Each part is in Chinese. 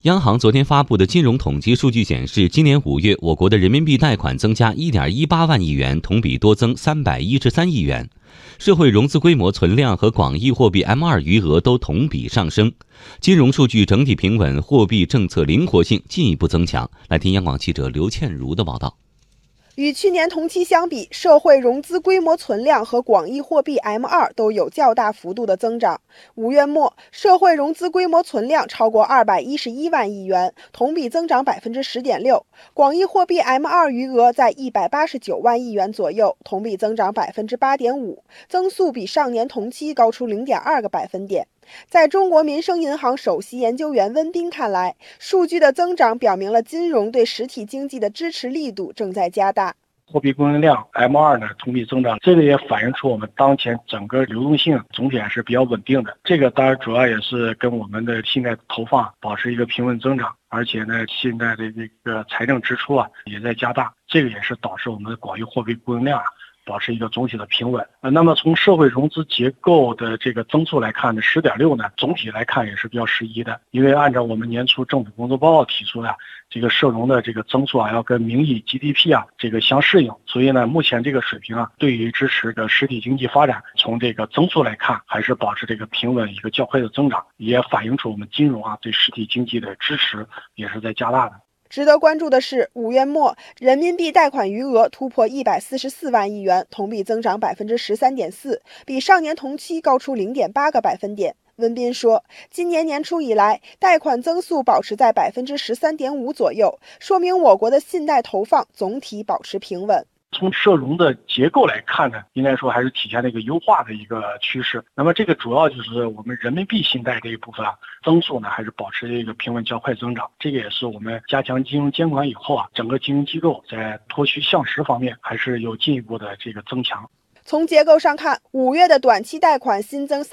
央行昨天发布的金融统计数据显示，今年5月，我国的人民币贷款增加1.18万亿元，同比多增313亿元。社会融资规模存量和广义货币 M2 余额都同比上升，金融数据整体平稳，货币政策灵活性进一步增强。来听央广记者刘倩茹的报道。 与去年同期相比，社会融资规模存量和广义货币 M2 都有较大幅度的增长。5月末，社会融资规模存量超过211万亿元，同比增长10.6%；广义货币 M2 余额在189万亿元左右，同比增长8.5%，增速比上年同期高出0.2个百分点。在中国民生银行首席研究员温彬看来，数据的增长表明了金融对实体经济的支持力度正在加大。 货币供应量 M2 呢同比增长，这个也反映出我们当前整个流动性总体还是比较稳定的。这个当然主要也是跟我们的信贷投放保持一个平稳增长，而且呢信贷的这个财政支出也在加大，这个也是导致我们的广义货币供应量保持一个总体的平稳。那么从社会融资结构的这个增速来看呢，10.6呢总体来看也是比较适宜的，因为按照我们年初政府工作报告提出的这个社融的这个增速要跟名义 GDP 这个相适应，所以呢目前这个水平对于支持的实体经济发展，从这个增速来看还是保持这个平稳一个较快的增长，也反映出我们金融对实体经济的支持也是在加大的。 值得关注的是，5月末人民币贷款余额突破144万亿元，同比增长13.4%，比上年同期高出0.8个百分点。温彬说，今年年初以来，贷款增速保持在13.5%左右，说明我国的信贷投放总体保持平稳。 从社融的结构来看呢，应该说还是体现了一个优化的一个趋势。那么这个主要就是我们人民币信贷这一部分增速呢还是保持一个平稳较快增长。这个也是我们加强金融监管以后整个金融机构在脱虚向实方面还是有进一步的这个增强。 从结构上看，5月的短期贷款新增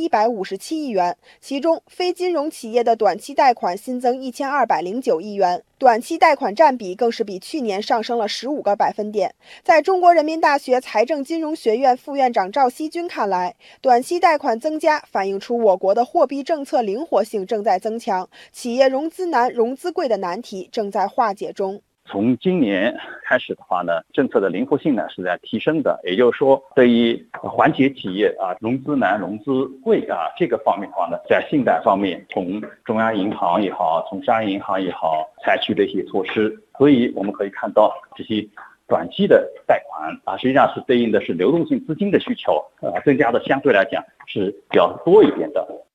3157亿元，其中非金融企业的短期贷款新增1209亿元，短期贷款占比更是比去年上升了15个百分点。在中国人民大学财政金融学院副院长赵锡军看来，短期贷款增加反映出我国的货币政策灵活性正在增强，企业融资难、融资贵的难题正在化解中。 从今年开始的话呢，政策的灵活性呢是在提升的，也就是说，对于缓解企业融资难、融资贵这个方面的话呢，在信贷方面，从中央银行也好，从商业银行也好，采取的一些措施，所以我们可以看到这些短期的贷款实际上是对应的是流动性资金的需求，增加的相对来讲是比较多一点的。